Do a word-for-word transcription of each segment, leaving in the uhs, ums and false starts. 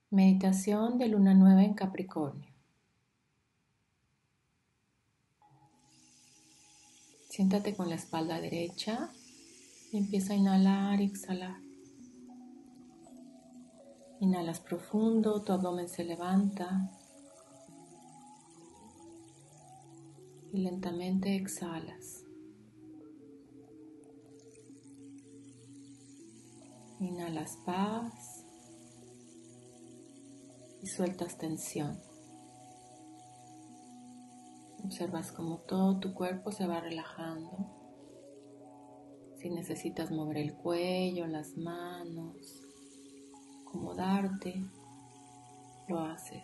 Meditación de luna nueva en Capricornio. Siéntate con la espalda derecha y empieza a inhalar y exhalar. Inhalas profundo, tu abdomen se levanta y lentamente exhalas. Inhalas paz y sueltas tensión. Observas cómo todo tu cuerpo se va relajando. Si necesitas mover el cuello, las manos, acomodarte, lo haces.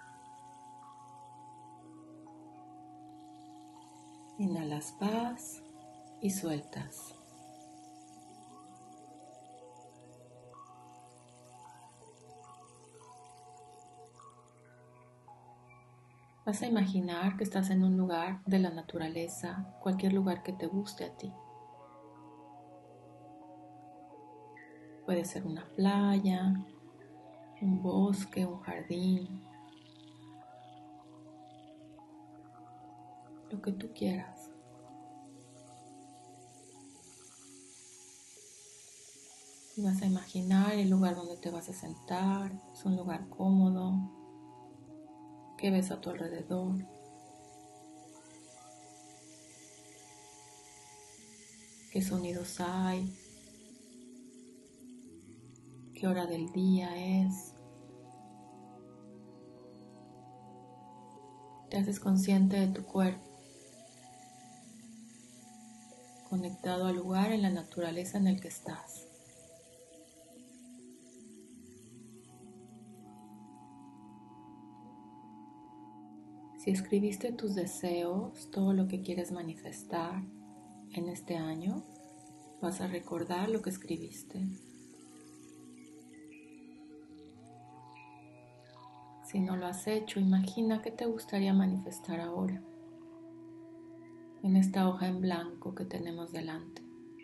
Inhalas paz y sueltas. Vas a imaginar que estás en un lugar de la naturaleza, cualquier lugar que te guste a ti. Puede ser una playa, un bosque, un jardín, lo que tú quieras. Y vas a imaginar el lugar donde te vas a sentar. Es un lugar cómodo. ¿Qué ves a tu alrededor? ¿Qué sonidos hay? ¿Qué hora del día es? Te haces consciente de tu cuerpo, conectado al lugar en la naturaleza en el que estás. Si escribiste tus deseos, todo lo que quieres manifestar en este año, vas a recordar lo que escribiste. Si no lo has hecho, imagina qué te gustaría manifestar ahora, en esta hoja en blanco que tenemos delante.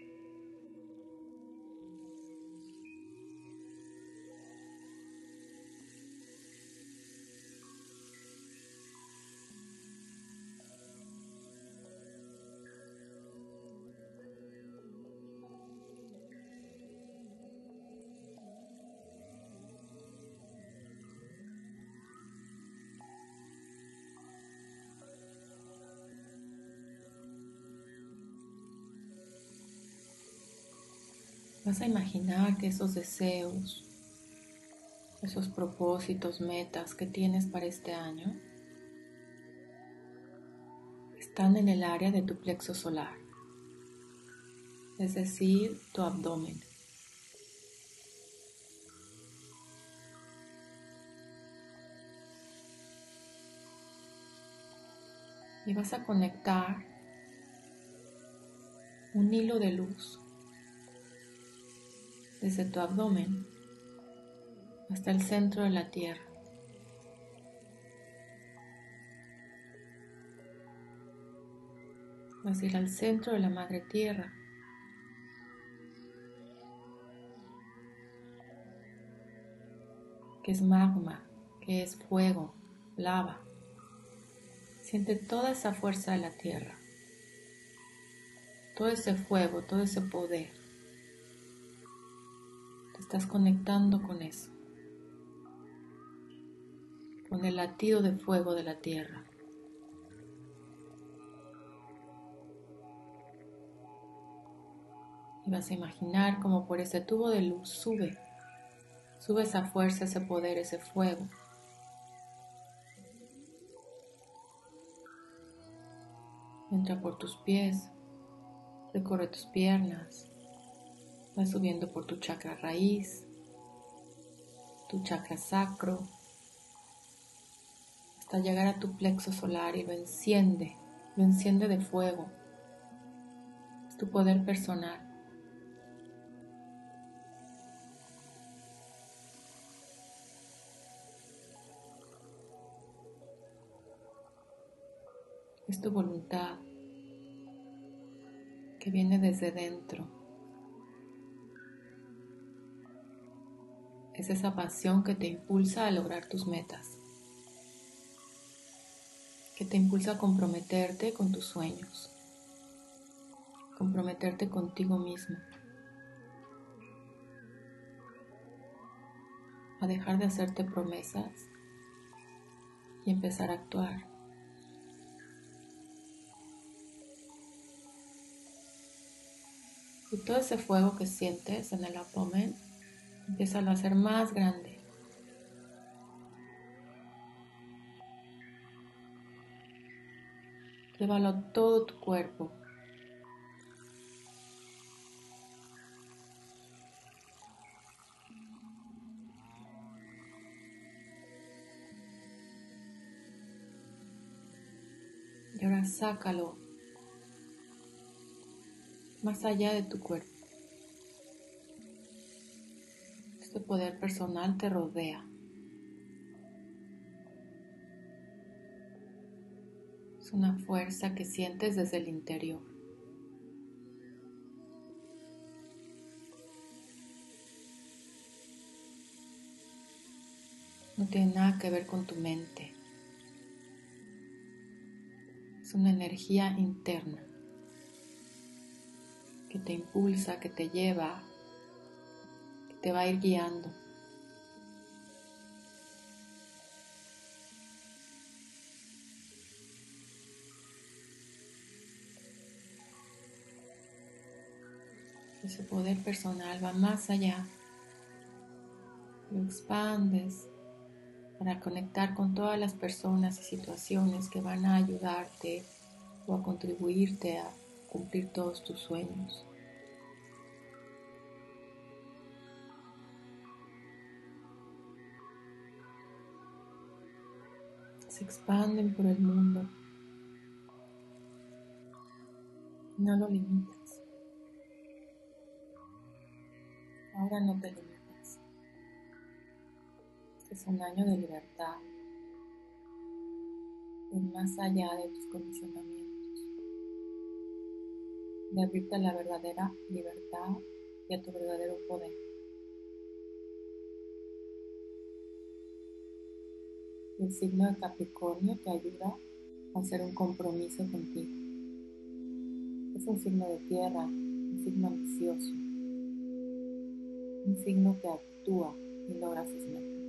Vas a imaginar que esos deseos, esos propósitos, metas que tienes para este año, están en el área de tu plexo solar, es decir, tu abdomen. Y vas a conectar un hilo de luz desde tu abdomen hasta el centro de la tierra. Vas a ir al centro de la madre tierra. Que es magma, que es fuego, lava. Siente toda esa fuerza de la tierra, todo ese fuego, todo ese poder. Te estás conectando con eso, con el latido de fuego de la tierra. Y vas a imaginar como por ese tubo de luz sube, sube esa fuerza, ese poder, ese fuego. Entra por tus pies, recorre tus piernas, va subiendo por tu chakra raíz, tu chakra sacro, hasta llegar a tu plexo solar y lo enciende, lo enciende de fuego. Es tu poder personal. Es tu voluntad que viene desde dentro. Es esa pasión que te impulsa a lograr tus metas, que te impulsa a comprometerte con tus sueños, comprometerte contigo mismo, a dejar de hacerte promesas y empezar a actuar. Y todo ese fuego que sientes en el abdomen, empieza a hacer más grande. Llévalo a todo tu cuerpo. Y ahora sácalo más allá de tu cuerpo. Este poder personal te rodea. Es una fuerza que sientes desde el interior. No tiene nada que ver con tu mente. Es una energía interna que te impulsa, que te lleva, que te va a ir guiando. Ese poder personal va más allá. Lo expandes para conectar con todas las personas y situaciones que van a ayudarte o a contribuirte a cumplir todos tus sueños. Se expanden por el mundo. No lo limites. Ahora no te limites. Este es un año de libertad. De ir más allá de tus condicionamientos. De abrirte a la verdadera libertad y a tu verdadero poder. El signo de Capricornio te ayuda a hacer un compromiso contigo. Es un signo de tierra, un signo ambicioso, un signo que actúa y logra sus metas.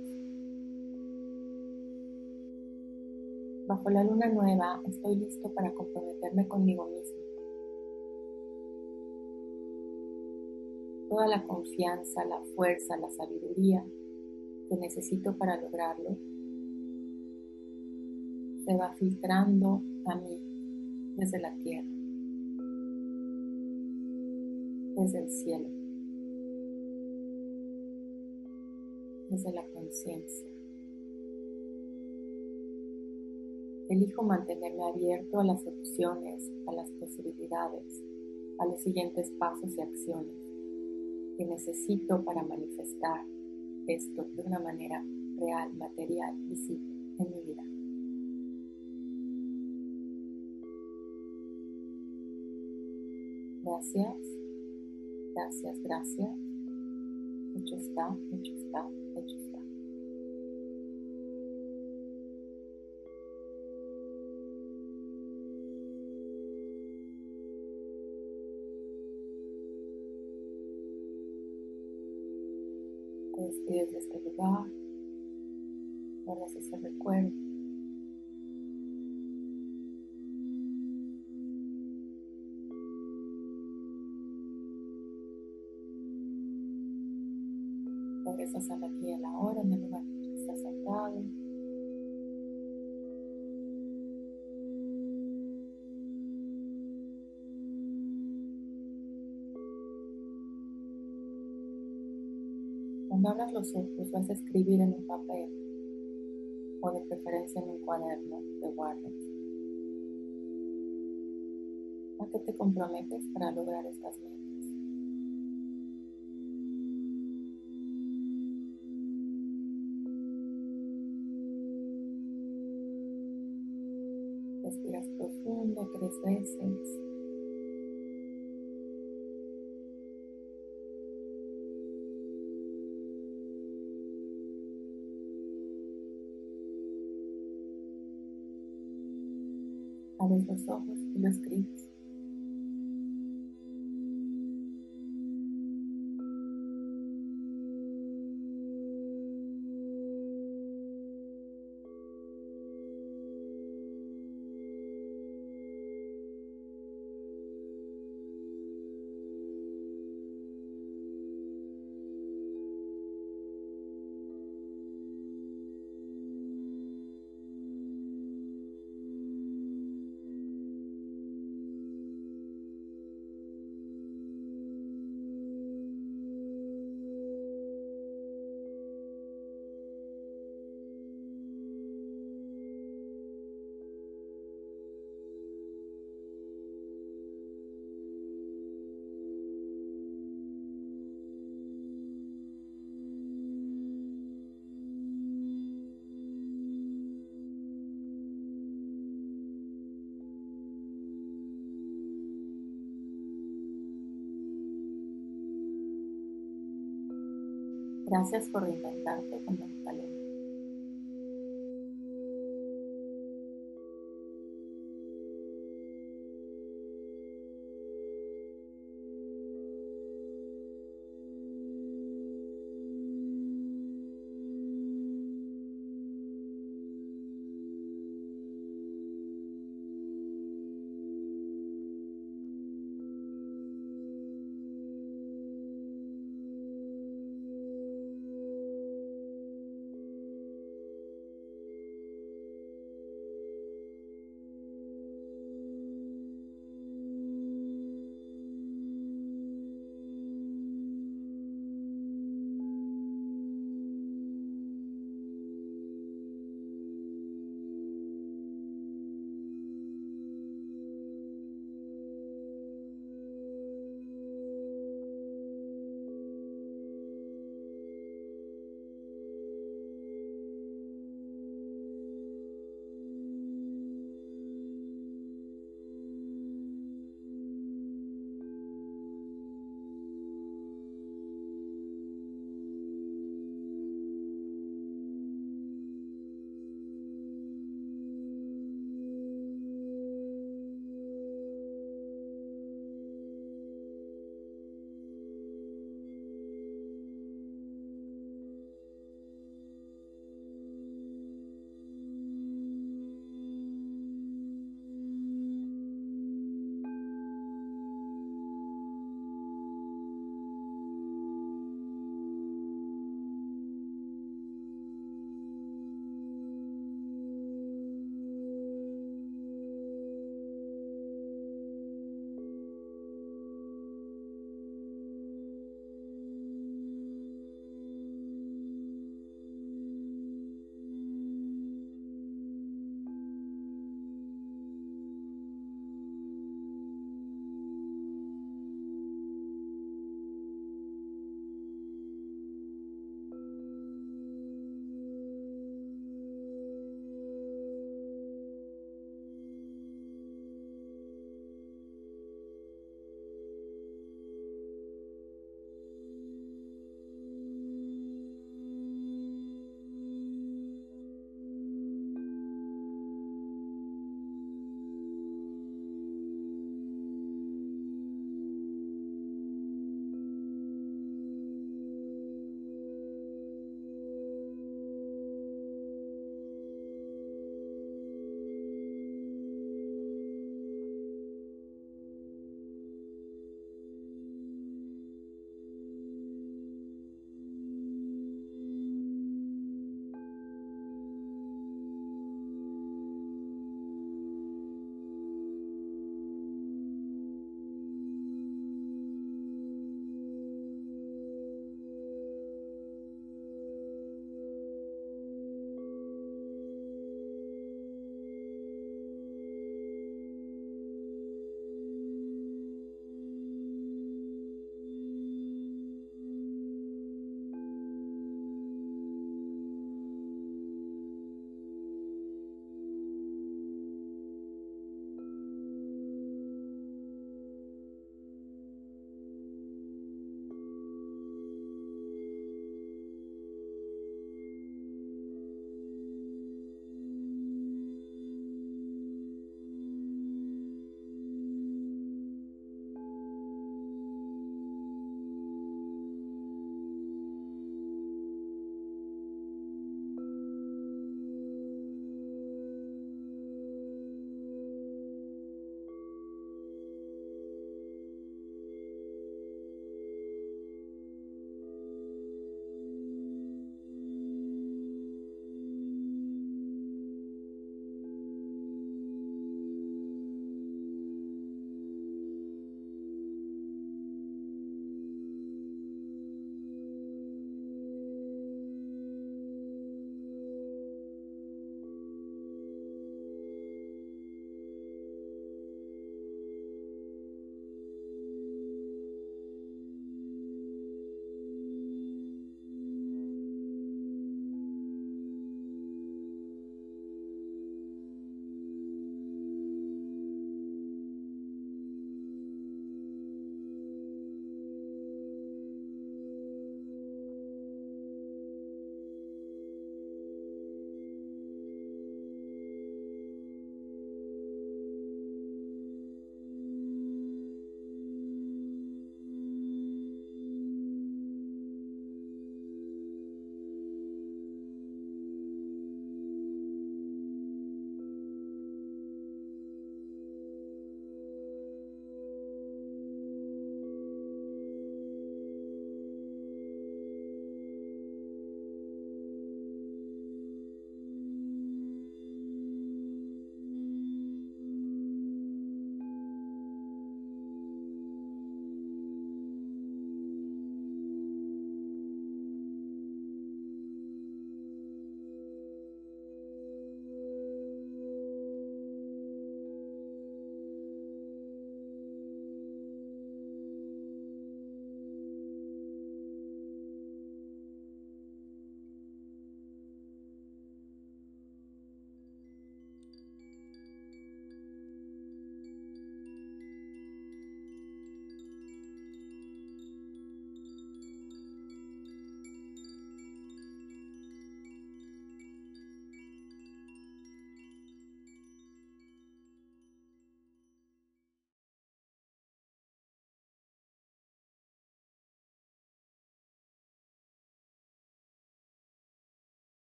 Bajo la luna nueva estoy listo para comprometerme conmigo mismo. Toda la confianza, la fuerza, la sabiduría que necesito para lograrlo se va filtrando a mí desde la tierra, desde el cielo, desde la conciencia. Elijo mantenerme abierto a las opciones, a las posibilidades, a los siguientes pasos y acciones que necesito para manifestar esto de una manera real, material, visible en mi vida. Gracias, gracias, gracias. Hecho está, hecho está, hecho está. Te despides de este lugar, guardas ese recuerdo. Regresas al aquí y a la hora, en el lugar en el que estás sentado. Cuando abras los ojos vas a escribir en un papel o de preferencia en un cuaderno que guardes. ¿A qué te comprometes para lograr estas metas? Respiras profundo tres veces. Abres los ojos y lo escribes. Gracias por reinventarte con